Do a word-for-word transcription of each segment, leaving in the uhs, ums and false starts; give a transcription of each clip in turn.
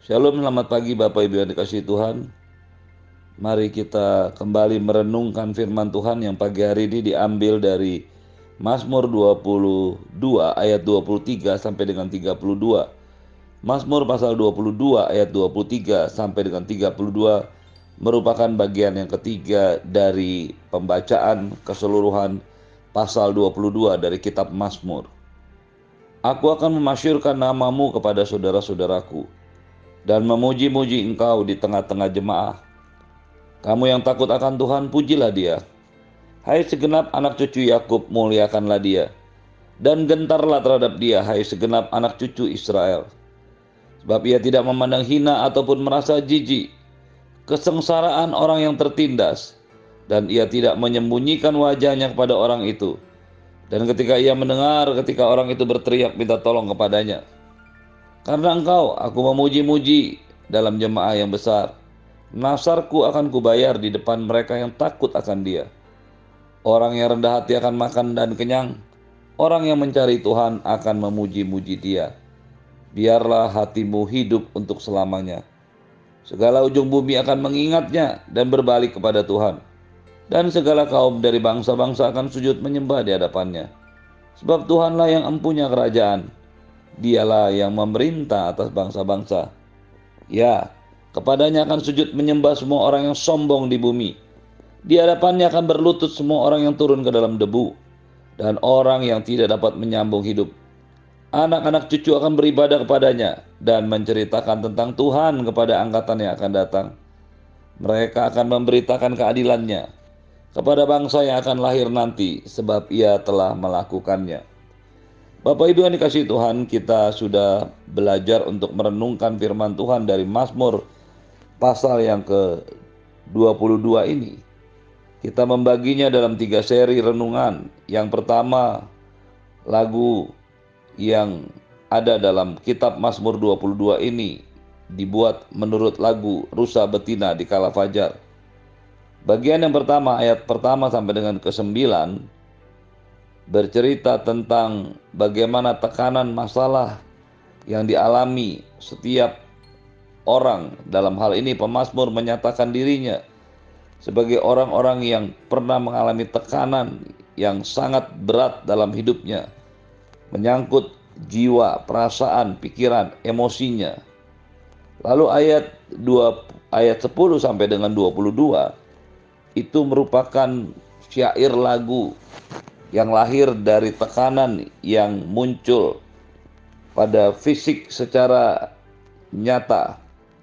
Shalom, selamat pagi Bapak Ibu yang dikasihi Tuhan. Mari kita kembali merenungkan firman Tuhan yang pagi hari ini diambil dari Mazmur dua puluh dua ayat dua puluh tiga sampai dengan tiga puluh dua. Mazmur pasal dua puluh dua ayat dua puluh tiga sampai dengan tiga puluh dua merupakan bagian yang ketiga dari pembacaan keseluruhan pasal dua puluh dua dari kitab Mazmur. Aku akan memasyurkan namamu kepada saudara-saudaraku dan memuji-muji engkau di tengah-tengah jemaah. Kamu yang takut akan Tuhan, pujilah dia. Hai segenap anak cucu Yakub, muliakanlah dia. Dan gentarlah terhadap dia, hai segenap anak cucu Israel. Sebab ia tidak memandang hina ataupun merasa jijik kesengsaraan orang yang tertindas, dan ia tidak menyembunyikan wajahnya kepada orang itu. Dan ketika ia mendengar ketika orang itu berteriak minta tolong kepadanya, karena engkau, aku memuji-muji dalam jemaah yang besar. Nasarku akan kubayar di depan mereka yang takut akan dia. Orang yang rendah hati akan makan dan kenyang. Orang yang mencari Tuhan akan memuji-muji dia. Biarlah hatimu hidup untuk selamanya. Segala ujung bumi akan mengingatnya dan berbalik kepada Tuhan. Dan segala kaum dari bangsa-bangsa akan sujud menyembah di hadapannya. Sebab Tuhanlah yang empunya kerajaan. Dialah yang memerintah atas bangsa-bangsa. Ya, kepadanya akan sujud menyembah semua orang yang sombong di bumi. Di hadapannya akan berlutut semua orang yang turun ke dalam debu, dan orang yang tidak dapat menyambung hidup. Anak-anak cucu akan beribadah kepadanya dan menceritakan tentang Tuhan kepada angkatan yang akan datang. Mereka akan memberitakan keadilannya kepada bangsa yang akan lahir nanti, sebab ia telah melakukannya. Bapak Ibu yang dikasihi Tuhan, kita sudah belajar untuk merenungkan firman Tuhan dari Mazmur pasal yang ke dua puluh dua ini. Kita membaginya dalam tiga seri renungan. Yang pertama, lagu yang ada dalam kitab Mazmur dua puluh dua ini dibuat menurut lagu Rusa Betina di Kala Fajar. Bagian yang pertama, ayat pertama sampai dengan kesembilan, bercerita tentang bagaimana tekanan masalah yang dialami setiap orang. Dalam hal ini pemazmur menyatakan dirinya sebagai orang-orang yang pernah mengalami tekanan yang sangat berat dalam hidupnya, menyangkut jiwa, perasaan, pikiran, emosinya. Lalu ayat dua, ayat sepuluh sampai dengan dua puluh dua itu merupakan syair lagu yang lahir dari tekanan yang muncul pada fisik secara nyata.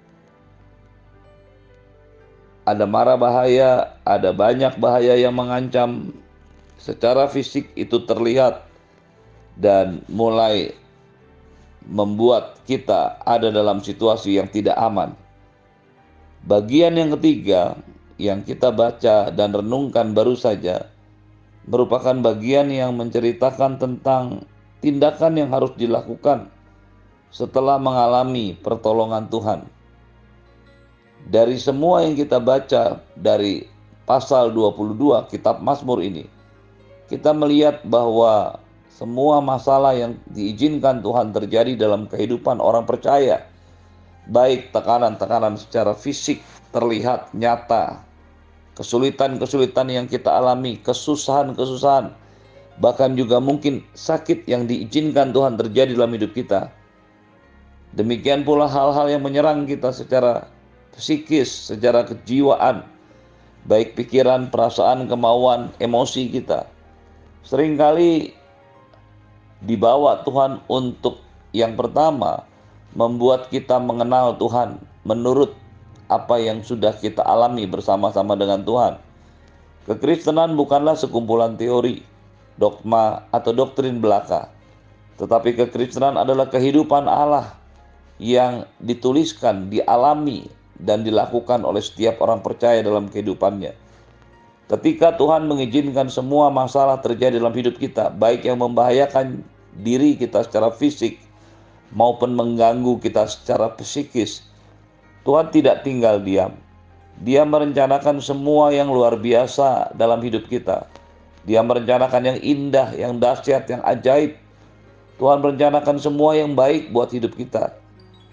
Ada mara bahaya, ada banyak bahaya yang mengancam secara fisik itu terlihat dan mulai membuat kita ada dalam situasi yang tidak aman. Bagian yang ketiga yang kita baca dan renungkan baru saja merupakan bagian yang menceritakan tentang tindakan yang harus dilakukan setelah mengalami pertolongan Tuhan. Dari semua yang kita baca dari pasal dua puluh dua kitab Mazmur ini, kita melihat bahwa semua masalah yang diizinkan Tuhan terjadi dalam kehidupan orang percaya, baik tekanan-tekanan secara fisik terlihat nyata, kesulitan-kesulitan yang kita alami, kesusahan-kesusahan, bahkan juga mungkin sakit yang diizinkan Tuhan terjadi dalam hidup kita. Demikian pula hal-hal yang menyerang kita secara psikis, secara kejiwaan, baik pikiran, perasaan, kemauan, emosi kita. Seringkali dibawa Tuhan untuk yang pertama, membuat kita mengenal Tuhan menurut apa yang sudah kita alami bersama-sama dengan Tuhan. Kekristenan bukanlah sekumpulan teori, dogma, atau doktrin belaka. Tetapi kekristenan adalah kehidupan Allah yang dituliskan, dialami, dan dilakukan oleh setiap orang percaya dalam kehidupannya. Ketika Tuhan mengizinkan semua masalah terjadi dalam hidup kita, baik yang membahayakan diri kita secara fisik maupun mengganggu kita secara psikis, Tuhan tidak tinggal diam. Dia merencanakan semua yang luar biasa dalam hidup kita. Dia merencanakan yang indah, yang dahsyat, yang ajaib. Tuhan merencanakan semua yang baik buat hidup kita.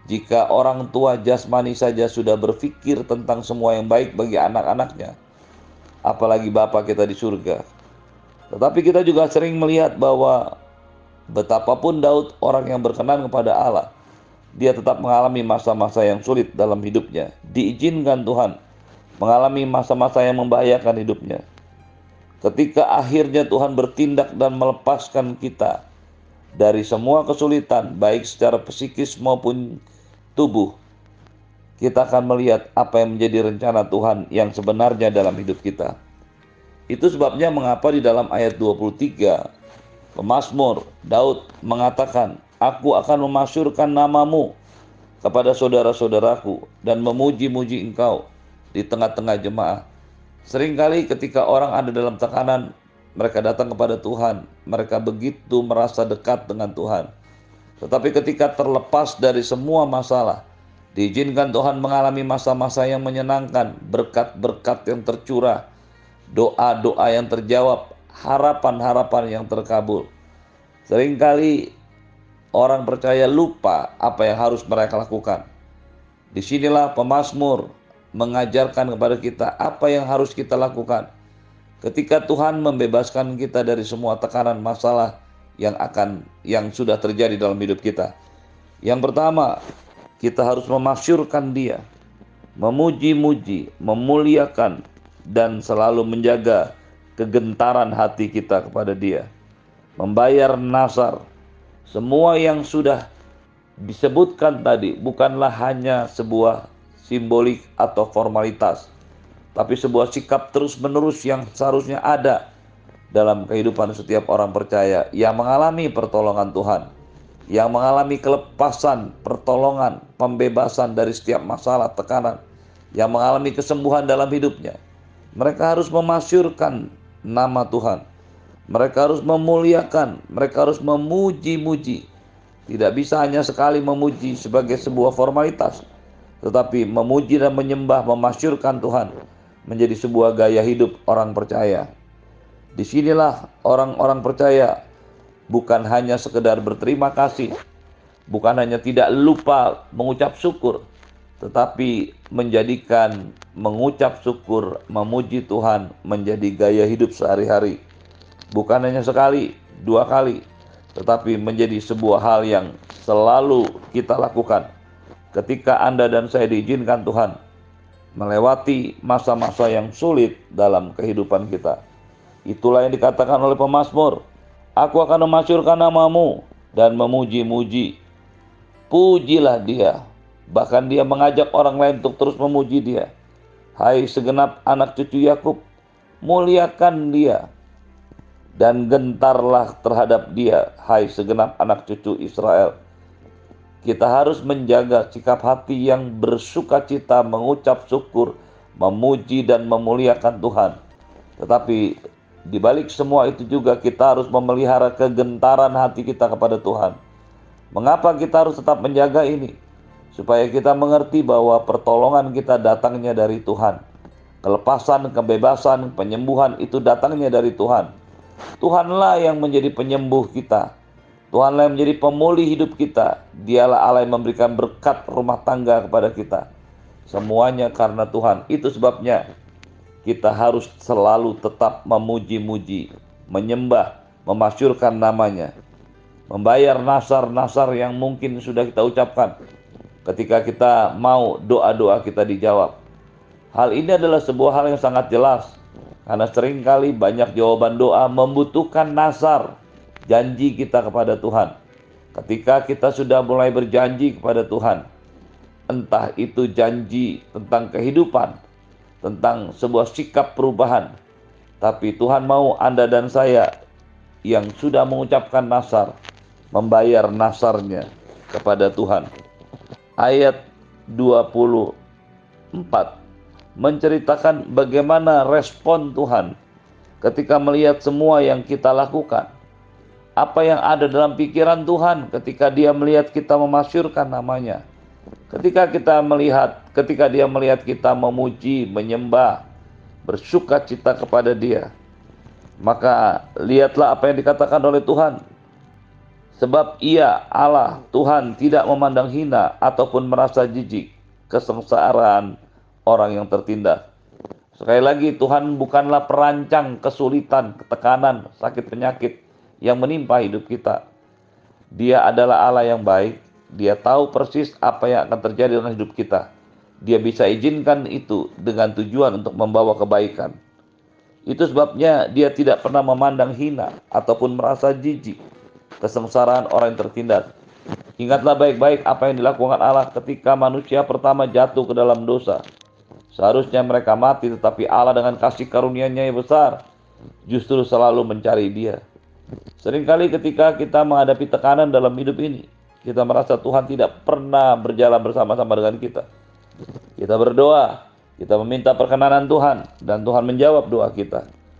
Jika orang tua jasmani saja sudah berpikir tentang semua yang baik bagi anak-anaknya, apalagi Bapa kita di surga. Tetapi kita juga sering melihat bahwa betapapun Daud orang yang berkenan kepada Allah, dia tetap mengalami masa-masa yang sulit dalam hidupnya. Diizinkan Tuhan mengalami masa-masa yang membahayakan hidupnya. Ketika akhirnya Tuhan bertindak dan melepaskan kita dari semua kesulitan, baik secara psikis maupun tubuh, kita akan melihat apa yang menjadi rencana Tuhan yang sebenarnya dalam hidup kita. Itu sebabnya mengapa di dalam ayat dua puluh tiga, pemazmur Daud mengatakan, "Aku akan memasyurkan namamu kepada saudara-saudaraku dan memuji-muji engkau di tengah-tengah jemaah." Seringkali ketika orang ada dalam tekanan, mereka datang kepada Tuhan, mereka begitu merasa dekat dengan Tuhan. Tetapi ketika terlepas dari semua masalah, diizinkan Tuhan mengalami masa-masa yang menyenangkan, berkat-berkat yang tercurah, doa-doa yang terjawab, harapan-harapan yang terkabul. Seringkali orang percaya lupa apa yang harus mereka lakukan. Disinilah pemazmur mengajarkan kepada kita apa yang harus kita lakukan ketika Tuhan membebaskan kita dari semua tekanan masalah yang akan yang sudah terjadi dalam hidup kita. Yang pertama, kita harus memasyurkan Dia, memuji-muji, memuliakan, dan selalu menjaga kegentaran hati kita kepada Dia. Membayar nasar. Semua yang sudah disebutkan tadi bukanlah hanya sebuah simbolik atau formalitas, tapi sebuah sikap terus-menerus yang seharusnya ada dalam kehidupan setiap orang percaya yang mengalami pertolongan Tuhan, yang mengalami kelepasan, pertolongan, pembebasan dari setiap masalah, tekanan, yang mengalami kesembuhan dalam hidupnya. Mereka harus memasyurkan nama Tuhan. Mereka harus memuliakan, mereka harus memuji-muji. Tidak bisa hanya sekali memuji sebagai sebuah formalitas, tetapi memuji dan menyembah, memasyurkan Tuhan menjadi sebuah gaya hidup orang percaya. Disinilah orang-orang percaya bukan hanya sekedar berterima kasih, bukan hanya tidak lupa mengucap syukur, tetapi menjadikan mengucap syukur, memuji Tuhan menjadi gaya hidup sehari-hari. Bukan hanya sekali, dua kali, tetapi menjadi sebuah hal yang selalu kita lakukan. Ketika Anda dan saya diizinkan Tuhan melewati masa-masa yang sulit dalam kehidupan kita. Itulah yang dikatakan oleh pemazmur, "Aku akan memasyurkan namamu dan memuji-muji." Pujilah Dia. Bahkan dia mengajak orang lain untuk terus memuji Dia. Hai segenap anak cucu Yakub, muliakan Dia. Dan gentarlah terhadap Dia, hai segenap anak cucu Israel. Kita harus menjaga sikap hati yang bersukacita, mengucap syukur, memuji dan memuliakan Tuhan. Tetapi di balik semua itu juga kita harus memelihara kegentaran hati kita kepada Tuhan. Mengapa kita harus tetap menjaga ini? Supaya kita mengerti bahwa pertolongan kita datangnya dari Tuhan. Kelepasan, kebebasan, penyembuhan itu datangnya dari Tuhan. Tuhanlah yang menjadi penyembuh kita. Tuhanlah yang menjadi pemulih hidup kita. Dialah Allah yang memberikan berkat rumah tangga kepada kita. Semuanya karena Tuhan. Itu sebabnya kita harus selalu tetap memuji-muji, menyembah, memasyurkan namanya. Membayar nasar-nasar yang mungkin sudah kita ucapkan ketika kita mau doa-doa kita dijawab. Hal ini adalah sebuah hal yang sangat jelas. Karena seringkali banyak jawaban doa membutuhkan nasar, janji kita kepada Tuhan. Ketika kita sudah mulai berjanji kepada Tuhan, entah itu janji tentang kehidupan, tentang sebuah sikap perubahan, tapi Tuhan mau Anda dan saya yang sudah mengucapkan nasar, membayar nasarnya kepada Tuhan. Ayat dua puluh empat menceritakan bagaimana respon Tuhan ketika melihat semua yang kita lakukan. Apa yang ada dalam pikiran Tuhan ketika Dia melihat kita memasyurkan namanya. Ketika kita melihat, ketika Dia melihat kita memuji, menyembah, bersukacita kepada Dia. Maka lihatlah apa yang dikatakan oleh Tuhan. Sebab Ia, Allah, Tuhan, tidak memandang hina ataupun merasa jijik kesengsaraan orang yang tertindas. Sekali lagi, Tuhan bukanlah perancang kesulitan, ketekanan, sakit penyakit yang menimpa hidup kita. Dia adalah Allah yang baik. Dia tahu persis apa yang akan terjadi dalam hidup kita. Dia bisa izinkan itu dengan tujuan untuk membawa kebaikan. Itu sebabnya Dia tidak pernah memandang hina ataupun merasa jijik kesengsaraan orang yang tertindas. Ingatlah baik-baik apa yang dilakukan Allah ketika manusia pertama jatuh ke dalam dosa. Seharusnya mereka mati, tetapi Allah dengan kasih karunia-Nya yang besar justru selalu mencari dia. Seringkali ketika kita menghadapi tekanan dalam hidup ini, kita merasa Tuhan tidak pernah berjalan bersama-sama dengan kita. Kita berdoa, kita meminta perkenanan Tuhan, dan Tuhan menjawab doa kita.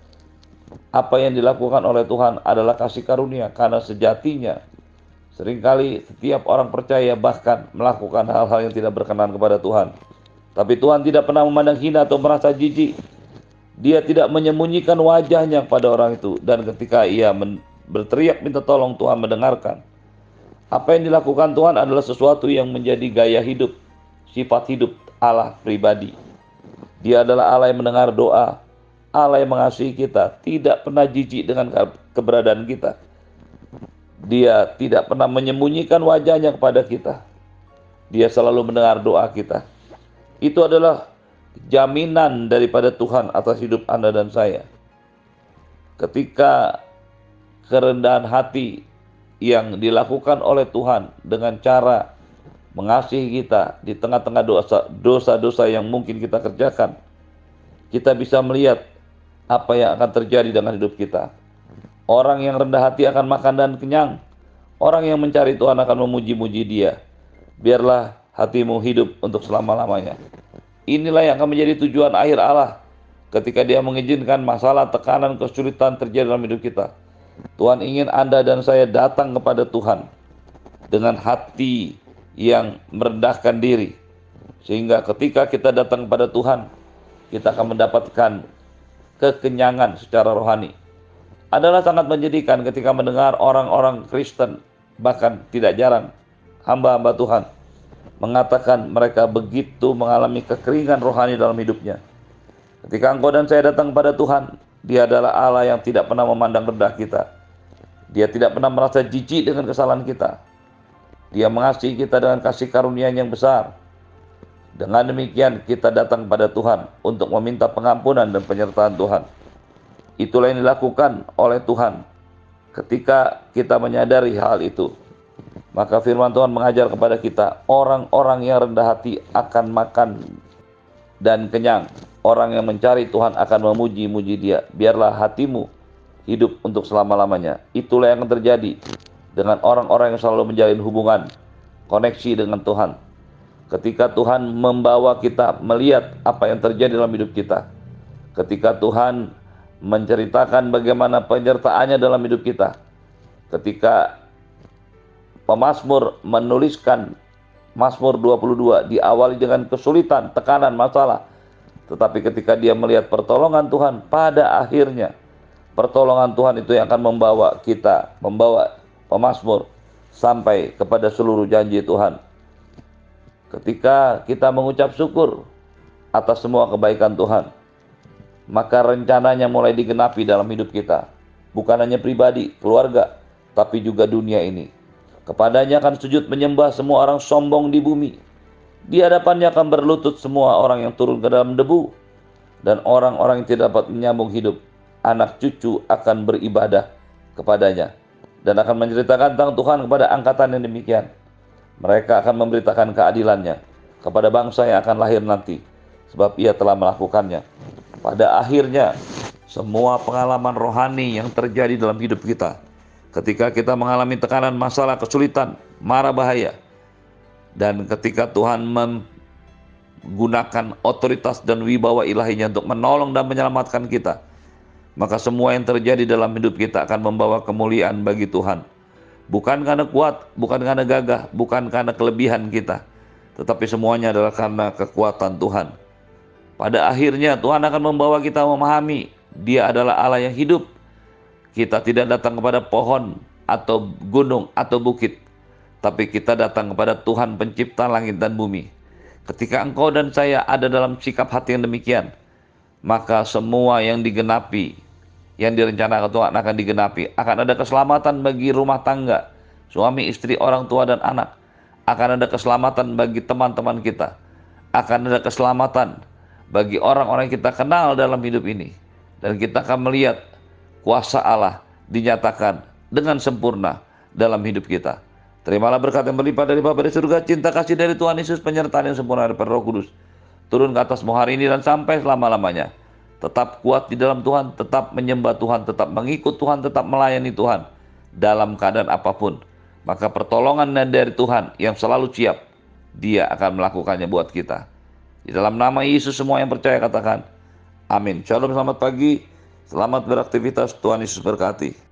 Apa yang dilakukan oleh Tuhan adalah kasih karunia, karena sejatinya seringkali setiap orang percaya bahkan melakukan hal-hal yang tidak berkenan kepada Tuhan. Tapi Tuhan tidak pernah memandang hina atau merasa jijik. Dia tidak menyembunyikan wajahnya kepada orang itu. Dan ketika ia berteriak minta tolong, Tuhan mendengarkan. Apa yang dilakukan Tuhan adalah sesuatu yang menjadi gaya hidup, sifat hidup Allah pribadi. Dia adalah Allah yang mendengar doa, Allah yang mengasihi kita, tidak pernah jijik dengan keberadaan kita. Dia tidak pernah menyembunyikan wajahnya kepada kita. Dia selalu mendengar doa kita. Itu adalah jaminan daripada Tuhan atas hidup Anda dan saya. Ketika kerendahan hati yang dilakukan oleh Tuhan dengan cara mengasihi kita di tengah-tengah dosa, dosa-dosa yang mungkin kita kerjakan, kita bisa melihat apa yang akan terjadi dengan hidup kita. Orang yang rendah hati akan makan dan kenyang. Orang yang mencari Tuhan akan memuji-muji Dia. Biarlah hatimu hidup untuk selama-lamanya. Inilah yang akan menjadi tujuan akhir Allah ketika Dia mengizinkan masalah, tekanan, kesulitan terjadi dalam hidup kita. Tuhan ingin Anda dan saya datang kepada Tuhan dengan hati yang merendahkan diri, sehingga ketika kita datang kepada Tuhan, kita akan mendapatkan kekenyangan secara rohani. Adalah sangat menyedihkan ketika mendengar orang-orang Kristen, bahkan tidak jarang hamba-hamba Tuhan, mengatakan mereka begitu mengalami kekeringan rohani dalam hidupnya. Ketika engkau dan saya datang kepada Tuhan, Dia adalah Allah yang tidak pernah memandang rendah kita. Dia tidak pernah merasa jijik dengan kesalahan kita. Dia mengasihi kita dengan kasih karunia-Nya yang besar. Dengan demikian kita datang kepada Tuhan untuk meminta pengampunan dan penyertaan Tuhan. Itulah yang dilakukan oleh Tuhan ketika kita menyadari hal itu. Maka firman Tuhan mengajar kepada kita, orang-orang yang rendah hati akan makan dan kenyang. Orang yang mencari Tuhan akan memuji-muji Dia. Biarlah hatimu hidup untuk selama-lamanya. Itulah yang akan terjadi dengan orang-orang yang selalu menjalin hubungan, koneksi dengan Tuhan. Ketika Tuhan membawa kita melihat apa yang terjadi dalam hidup kita. Ketika Tuhan menceritakan bagaimana penyertaan-Nya dalam hidup kita. Ketika pemazmur menuliskan Mazmur dua puluh dua diawali dengan kesulitan, tekanan, masalah. Tetapi ketika dia melihat pertolongan Tuhan, pada akhirnya pertolongan Tuhan itu yang akan membawa kita, membawa pemazmur sampai kepada seluruh janji Tuhan. Ketika kita mengucap syukur atas semua kebaikan Tuhan, maka rencananya mulai digenapi dalam hidup kita. Bukan hanya pribadi, keluarga, tapi juga dunia ini. Kepadanya akan sujud menyembah semua orang sombong di bumi. Di hadapannya akan berlutut semua orang yang turun ke dalam debu. Dan orang-orang yang tidak dapat menyambung hidup, anak cucu akan beribadah kepadanya. Dan akan menceritakan tentang Tuhan kepada angkatan yang demikian. Mereka akan memberitakan keadilannya kepada bangsa yang akan lahir nanti, sebab Ia telah melakukannya. Pada akhirnya, semua pengalaman rohani yang terjadi dalam hidup kita, ketika kita mengalami tekanan, masalah, kesulitan, mara bahaya, dan ketika Tuhan menggunakan otoritas dan wibawa ilahinya untuk menolong dan menyelamatkan kita, maka semua yang terjadi dalam hidup kita akan membawa kemuliaan bagi Tuhan. Bukan karena kuat, bukan karena gagah, bukan karena kelebihan kita, tetapi semuanya adalah karena kekuatan Tuhan. Pada akhirnya Tuhan akan membawa kita memahami Dia adalah Allah yang hidup. Kita tidak datang kepada pohon atau gunung atau bukit, tapi kita datang kepada Tuhan pencipta langit dan bumi. Ketika engkau dan saya ada dalam sikap hati yang demikian, maka semua yang digenapi, yang direncanakan Tuhan akan digenapi. Akan ada keselamatan bagi rumah tangga, suami, istri, orang tua, dan anak. Akan ada keselamatan bagi teman-teman kita. Akan ada keselamatan bagi orang-orang yang kita kenal dalam hidup ini. Dan kita akan melihat kuasa Allah dinyatakan dengan sempurna dalam hidup kita. Terimalah berkat yang berlimpah dari Bapa di surga, cinta kasih dari Tuhan Yesus, penyertaan yang sempurna dari Roh Kudus, turun ke atasmu hari ini dan sampai selama-lamanya. Tetap kuat di dalam Tuhan, tetap menyembah Tuhan, tetap mengikut Tuhan, tetap melayani Tuhan dalam keadaan apapun. Maka pertolongan dari Tuhan yang selalu siap, Dia akan melakukannya buat kita. Di dalam nama Yesus semua yang percaya katakan amin. Shalom, selamat pagi, selamat beraktivitas, Tuhan Yesus berkati.